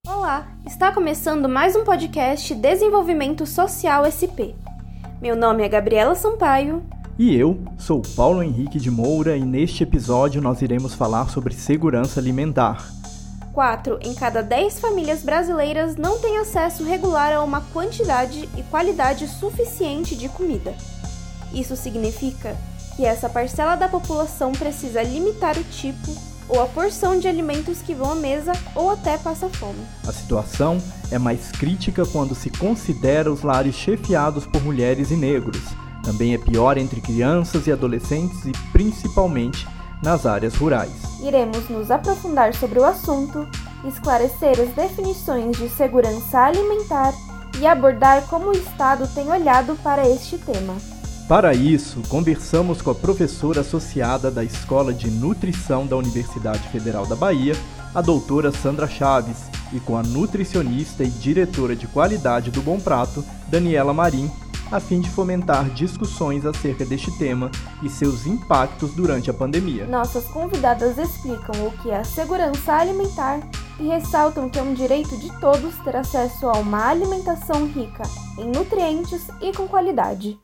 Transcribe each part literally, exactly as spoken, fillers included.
Olá, está começando mais um podcast Desenvolvimento Social S P. Meu nome é Gabriela Sampaio. E eu sou Paulo Henrique de Moura e neste episódio nós iremos falar sobre segurança alimentar. Quatro em cada dez famílias brasileiras não têm acesso regular a uma quantidade e qualidade suficiente de comida. Isso significa que essa parcela da população precisa limitar o tipo ou a porção de alimentos que vão à mesa ou até passa fome. A situação é mais crítica quando se considera os lares chefiados por mulheres e negros. Também é pior entre crianças e adolescentes e principalmente nas áreas rurais. Iremos nos aprofundar sobre o assunto, esclarecer as definições de segurança alimentar e abordar como o Estado tem olhado para este tema. Para isso, conversamos com a professora associada da Escola de Nutrição da Universidade Federal da Bahia, a doutora Sandra Chaves, e com a nutricionista e diretora de qualidade do Bom Prato, Daniela Marim, a fim de fomentar discussões acerca deste tema e seus impactos durante a pandemia. Nossas convidadas explicam o que é a segurança alimentar e ressaltam que é um direito de todos ter acesso a uma alimentação rica em nutrientes e com qualidade.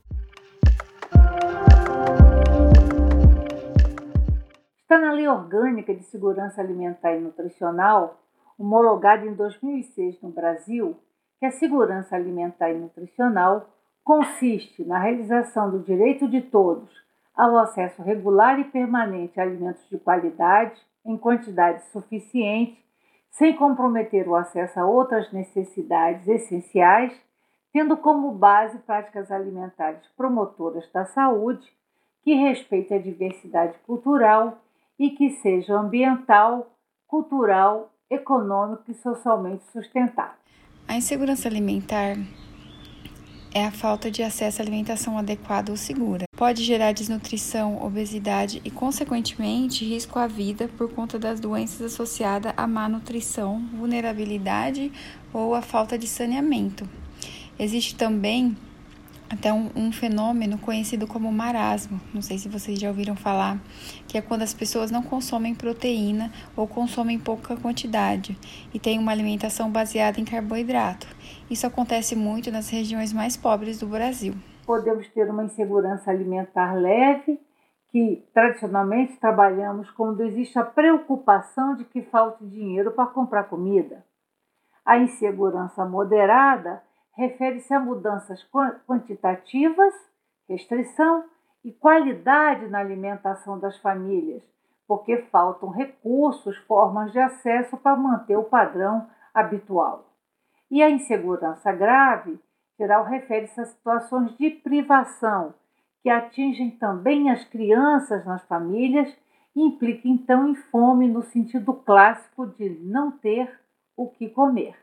Está na Lei Orgânica de Segurança Alimentar e Nutricional, homologada em dois mil e seis no Brasil, que a segurança alimentar e nutricional consiste na realização do direito de todos ao acesso regular e permanente a alimentos de qualidade, em quantidade suficiente, sem comprometer o acesso a outras necessidades essenciais, tendo como base práticas alimentares promotoras da saúde, que respeitem a diversidade cultural e que sejam ambiental, cultural, econômico e socialmente sustentável. A insegurança alimentar é a falta de acesso à alimentação adequada ou segura. Pode gerar desnutrição, obesidade e, consequentemente, risco à vida por conta das doenças associadas à má nutrição, vulnerabilidade ou à falta de saneamento. Existe também até um, um fenômeno conhecido como marasmo, não sei se vocês já ouviram falar, que é quando as pessoas não consomem proteína ou consomem pouca quantidade e têm uma alimentação baseada em carboidrato. Isso acontece muito nas regiões mais pobres do Brasil. Podemos ter uma insegurança alimentar leve, que tradicionalmente trabalhamos quando existe a preocupação de que falte dinheiro para comprar comida. A insegurança moderada refere-se a mudanças quantitativas, restrição e qualidade na alimentação das famílias, porque faltam recursos, formas de acesso para manter o padrão habitual. E a insegurança grave, geral, refere-se a situações de privação, que atingem também as crianças nas famílias e implica então em fome no sentido clássico de não ter o que comer.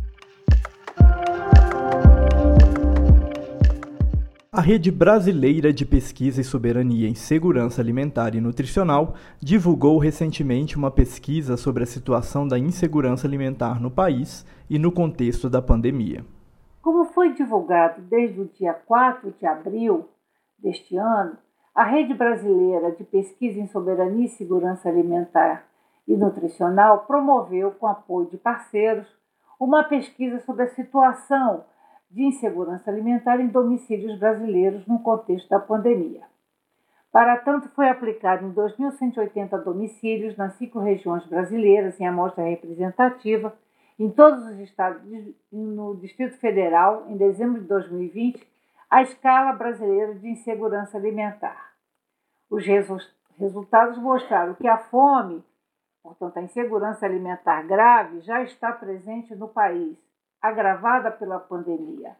A Rede Brasileira de Pesquisa e Soberania em Segurança Alimentar e Nutricional divulgou recentemente uma pesquisa sobre a situação da insegurança alimentar no país e no contexto da pandemia. Como foi divulgado desde o dia quatro de abril deste ano, a Rede Brasileira de Pesquisa em Soberania e Segurança Alimentar e Nutricional promoveu, com apoio de parceiros, uma pesquisa sobre a situação de insegurança alimentar em domicílios brasileiros no contexto da pandemia. Para tanto, foi aplicado em dois mil cento e oitenta domicílios nas cinco regiões brasileiras, em amostra representativa, em todos os estados e no Distrito Federal, em dezembro de dois mil e vinte, a escala brasileira de insegurança alimentar. Os resu- resultados mostraram que a fome, portanto a insegurança alimentar grave, já está presente no país, agravada pela pandemia.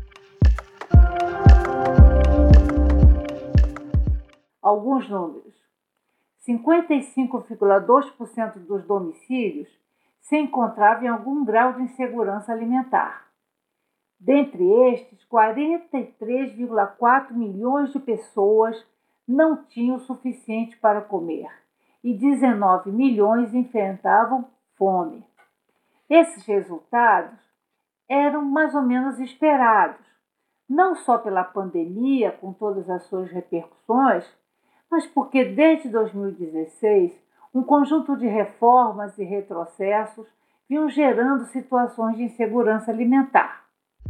Alguns números. cinquenta e cinco vírgula dois por cento dos domicílios se encontravam em algum grau de insegurança alimentar. Dentre estes, quarenta e três vírgula quatro milhões de pessoas não tinham o suficiente para comer e dezenove milhões enfrentavam fome. Esses resultados eram mais ou menos esperados, não só pela pandemia, com todas as suas repercussões, mas porque desde dois mil e dezesseis um conjunto de reformas e retrocessos vinham gerando situações de insegurança alimentar.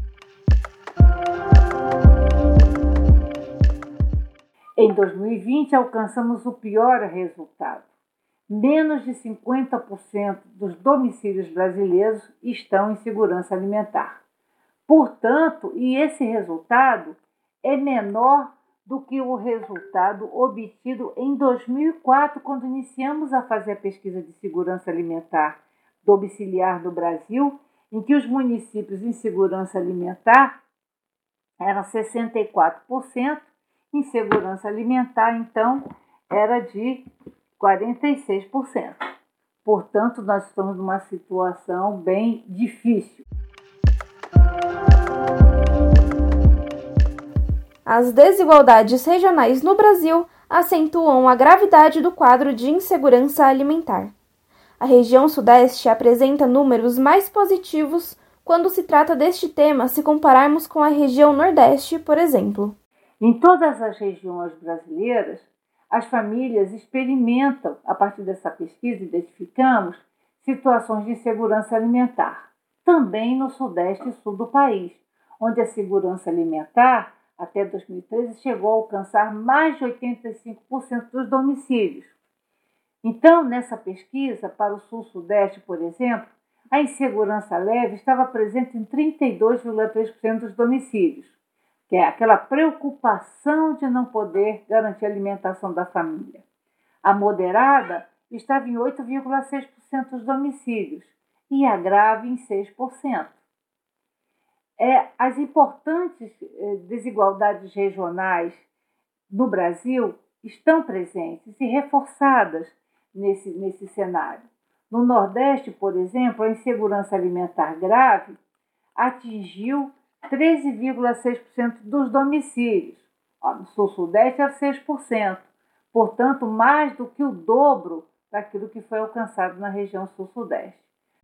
Em dois mil e vinte, alcançamos o pior resultado. Menos de cinquenta por cento dos domicílios brasileiros estão em segurança alimentar. Portanto, e esse resultado é menor do que o resultado obtido em dois mil e quatro, quando iniciamos a fazer a pesquisa de segurança alimentar domiciliar no Brasil, em que os municípios em segurança alimentar eram sessenta e quatro por cento, em segurança alimentar, então, era de quarenta e seis por cento. Portanto, nós estamos numa situação bem difícil. As desigualdades regionais no Brasil acentuam a gravidade do quadro de insegurança alimentar. A região Sudeste apresenta números mais positivos quando se trata deste tema se compararmos com a região Nordeste, por exemplo. Em todas as regiões brasileiras, as famílias experimentam, a partir dessa pesquisa, identificamos situações de insegurança alimentar. Também no Sudeste e Sul do país, onde a segurança alimentar, até dois mil e treze, chegou a alcançar mais de oitenta e cinco por cento dos domicílios. Então, nessa pesquisa, para o Sul-Sudeste, por exemplo, a insegurança leve estava presente em trinta e dois vírgula três por cento dos domicílios, que é aquela preocupação de não poder garantir a alimentação da família. A moderada estava em oito vírgula seis por cento dos domicílios e a grave em seis por cento. É, as importantes eh, desigualdades regionais no Brasil estão presentes e reforçadas nesse, nesse cenário. No Nordeste, por exemplo, a insegurança alimentar grave atingiu treze vírgula seis por cento dos domicílios. No Sul-Sudeste é seis por cento, portanto, mais do que o dobro daquilo que foi alcançado na região Sul-Sudeste.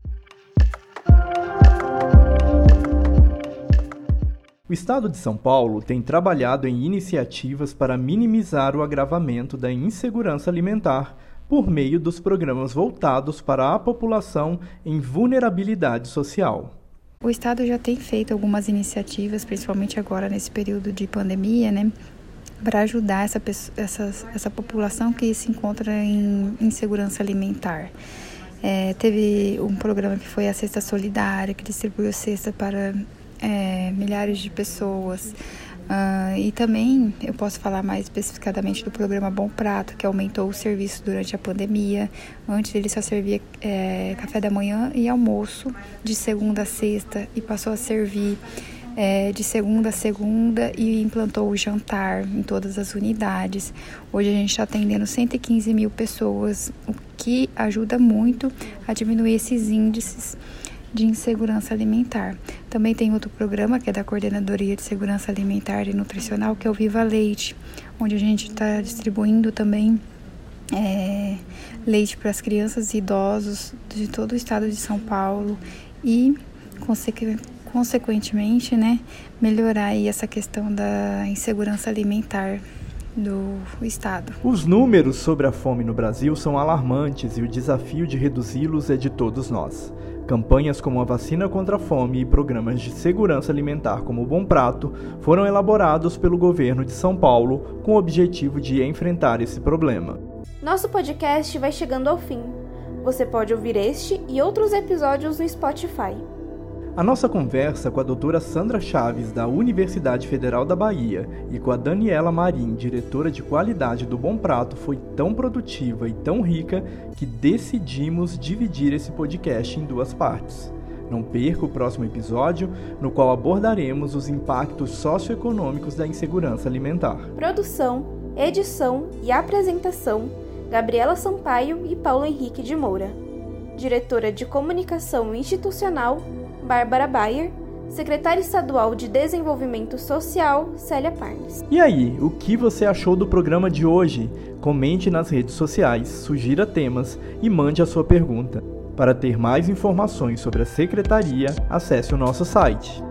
O Estado de São Paulo tem trabalhado em iniciativas para minimizar o agravamento da insegurança alimentar por meio dos programas voltados para a população em vulnerabilidade social. O Estado já tem feito algumas iniciativas, principalmente agora nesse período de pandemia, né, para ajudar essa, essa, essa população que se encontra em insegurança alimentar. É, teve um programa que foi a Cesta Solidária, que distribuiu cesta para é, milhares de pessoas. Uh, e também eu posso falar mais especificadamente do programa Bom Prato, que aumentou o serviço durante a pandemia. Antes ele só servia é, café da manhã e almoço de segunda a sexta e passou a servir é, de segunda a segunda e implantou o jantar em todas as unidades. Hoje a gente está atendendo cento e quinze mil pessoas, o que ajuda muito a diminuir esses índices de insegurança alimentar. Também tem outro programa que é da Coordenadoria de Segurança Alimentar e Nutricional, que é o Viva Leite, onde a gente está distribuindo também é, leite para as crianças e idosos de todo o estado de São Paulo e, consequ- consequentemente, né, melhorar aí essa questão da insegurança alimentar do estado. Os números sobre a fome no Brasil são alarmantes e o desafio de reduzi-los é de todos nós. Campanhas como a vacina contra a fome e programas de segurança alimentar como o Bom Prato foram elaborados pelo governo de São Paulo com o objetivo de enfrentar esse problema. Nosso podcast vai chegando ao fim. Você pode ouvir este e outros episódios no Spotify. A nossa conversa com a doutora Sandra Chaves, da Universidade Federal da Bahia, e com a Daniela Marim, diretora de qualidade do Bom Prato, foi tão produtiva e tão rica que decidimos dividir esse podcast em duas partes. Não perca o próximo episódio, no qual abordaremos os impactos socioeconômicos da insegurança alimentar. Produção, edição e apresentação, Gabriela Sampaio e Paulo Henrique de Moura. Diretora de Comunicação Institucional, Bárbara Bayer, secretária estadual de Desenvolvimento Social, Célia Parnes. E aí, o que você achou do programa de hoje? Comente nas redes sociais, sugira temas e mande a sua pergunta. Para ter mais informações sobre a secretaria, acesse o nosso site.